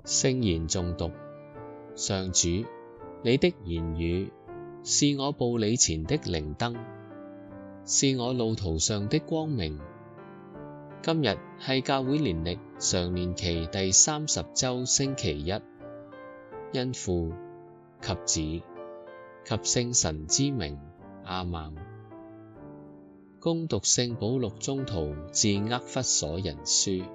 聖言誦讀。上主，你的言語是我步履前的靈燈，是我路途上的光明。今日係教會年曆常年期第30週星期一，因父及子及聖神之名，阿們。恭讀聖保祿宗徒致厄弗所人書。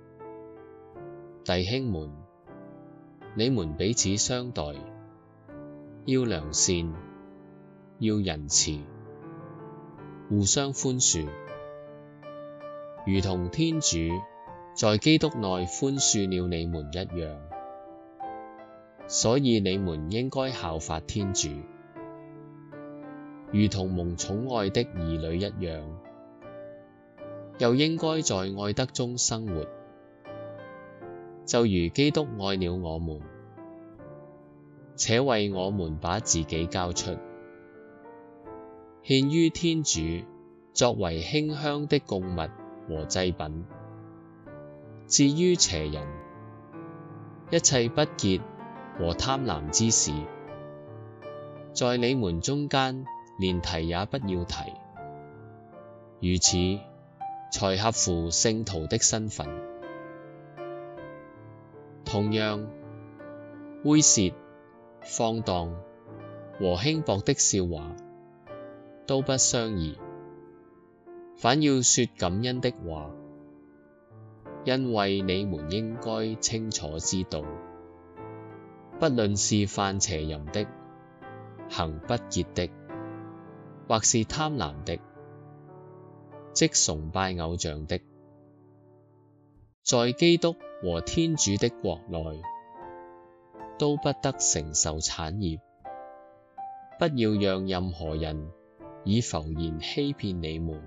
弟兄們，你們彼此相待，要良善，要仁慈，互相寬恕，如同天主在基督內寬恕了你們一樣。所以你們應該效法天主，如同蒙寵愛的兒女一樣，又應該在愛德中生活，就如基督愛了我們，且為我們把自己交出，獻於天主作為馨香的供物和祭品。至於邪人，一切不潔和貪婪之事，在你們中間連提也不要提，如此才合乎聖徒的身分。同樣，猥褻、放蕩和輕薄的笑話都不相宜，反要說感恩的話，因為你們應該清楚知道，不論是犯邪淫的、行不潔的，或是貪婪的，即崇拜偶像的，在基督和天主的國內都不得承受產業。不要讓任何人以浮言欺騙你們，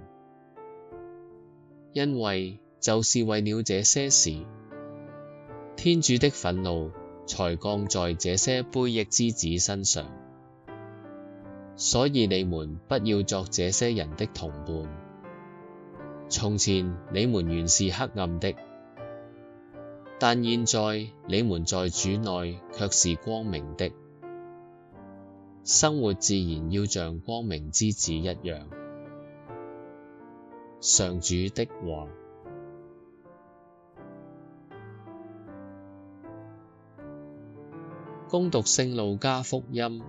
因為就是為了這些事，天主的憤怒才降在這些悖逆之子身上。所以你們不要作這些人的同伴。從前你們原是黑暗的，但現在你們在主內卻是光明的。生活自然要像光明之子一樣。上主的話。恭讀聖路加福音。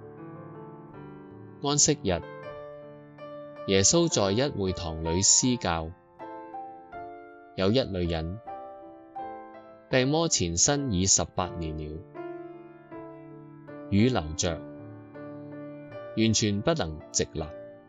安息日，耶穌在一會堂裏施教，有一女人，病魔纏身已18年了，乳流着，完全不能直立。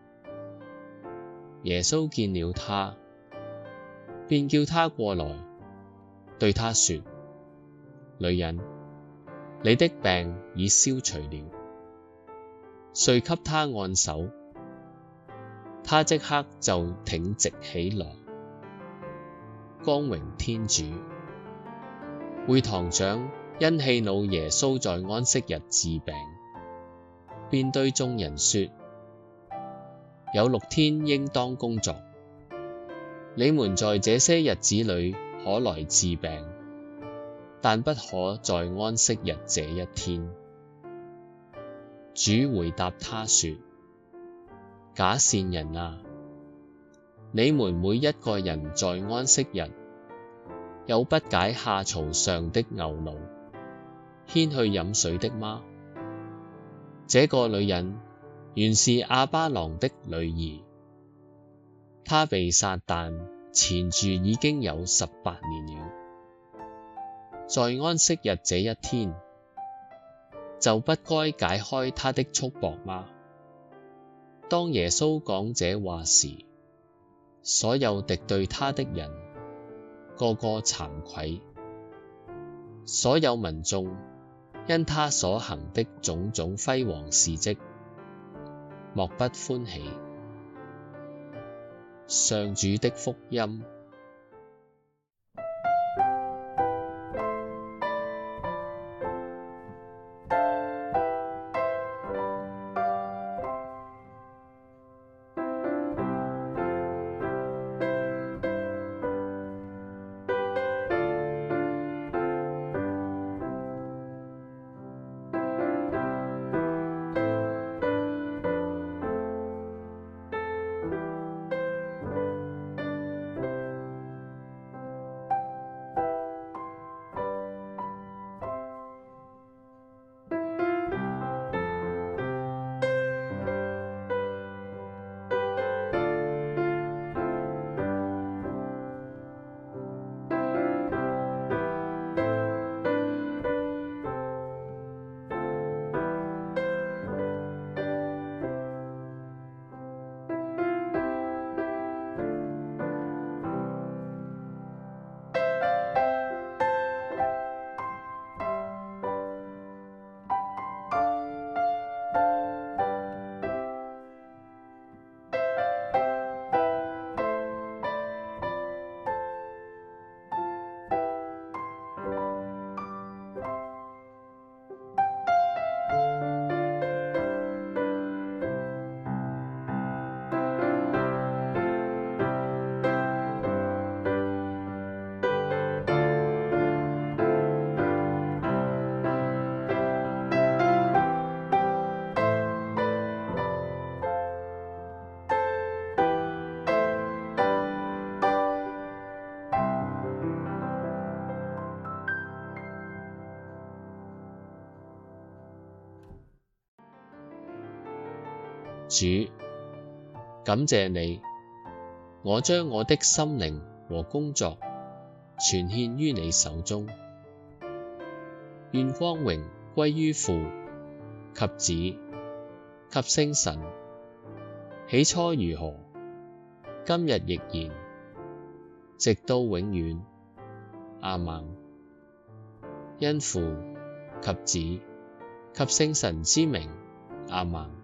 耶穌見了她，便叫她過來，對她說：女人，你的病已消除了。遂給她按手，她即刻就挺直起來。光榮天主。會堂長因氣惱耶穌在安息日治病，便對眾人說：有6天應當工作，你們在這些日子裏可來治病，但不可在安息日這一天。主回答他說：假善人啊，你們每一個人在安息日，有不解下槽上的牛驢，牽去飲水的嗎？這個女人原是亞巴郎的女兒，她被撒旦纏住已經有18年了，在安息日這一天，就不該解開她的束縛嗎？當耶穌講這話時，所有敵對他的人個個慚愧，所有民眾因他所行的種種輝煌事蹟，莫不歡喜。上主的福音。 主，感謝你，我將我的心靈和工作全獻於你手中。願光榮歸於父及子及聖神，起初如何，今日亦然，直到永遠。阿們。因父及子及聖神之名。阿們。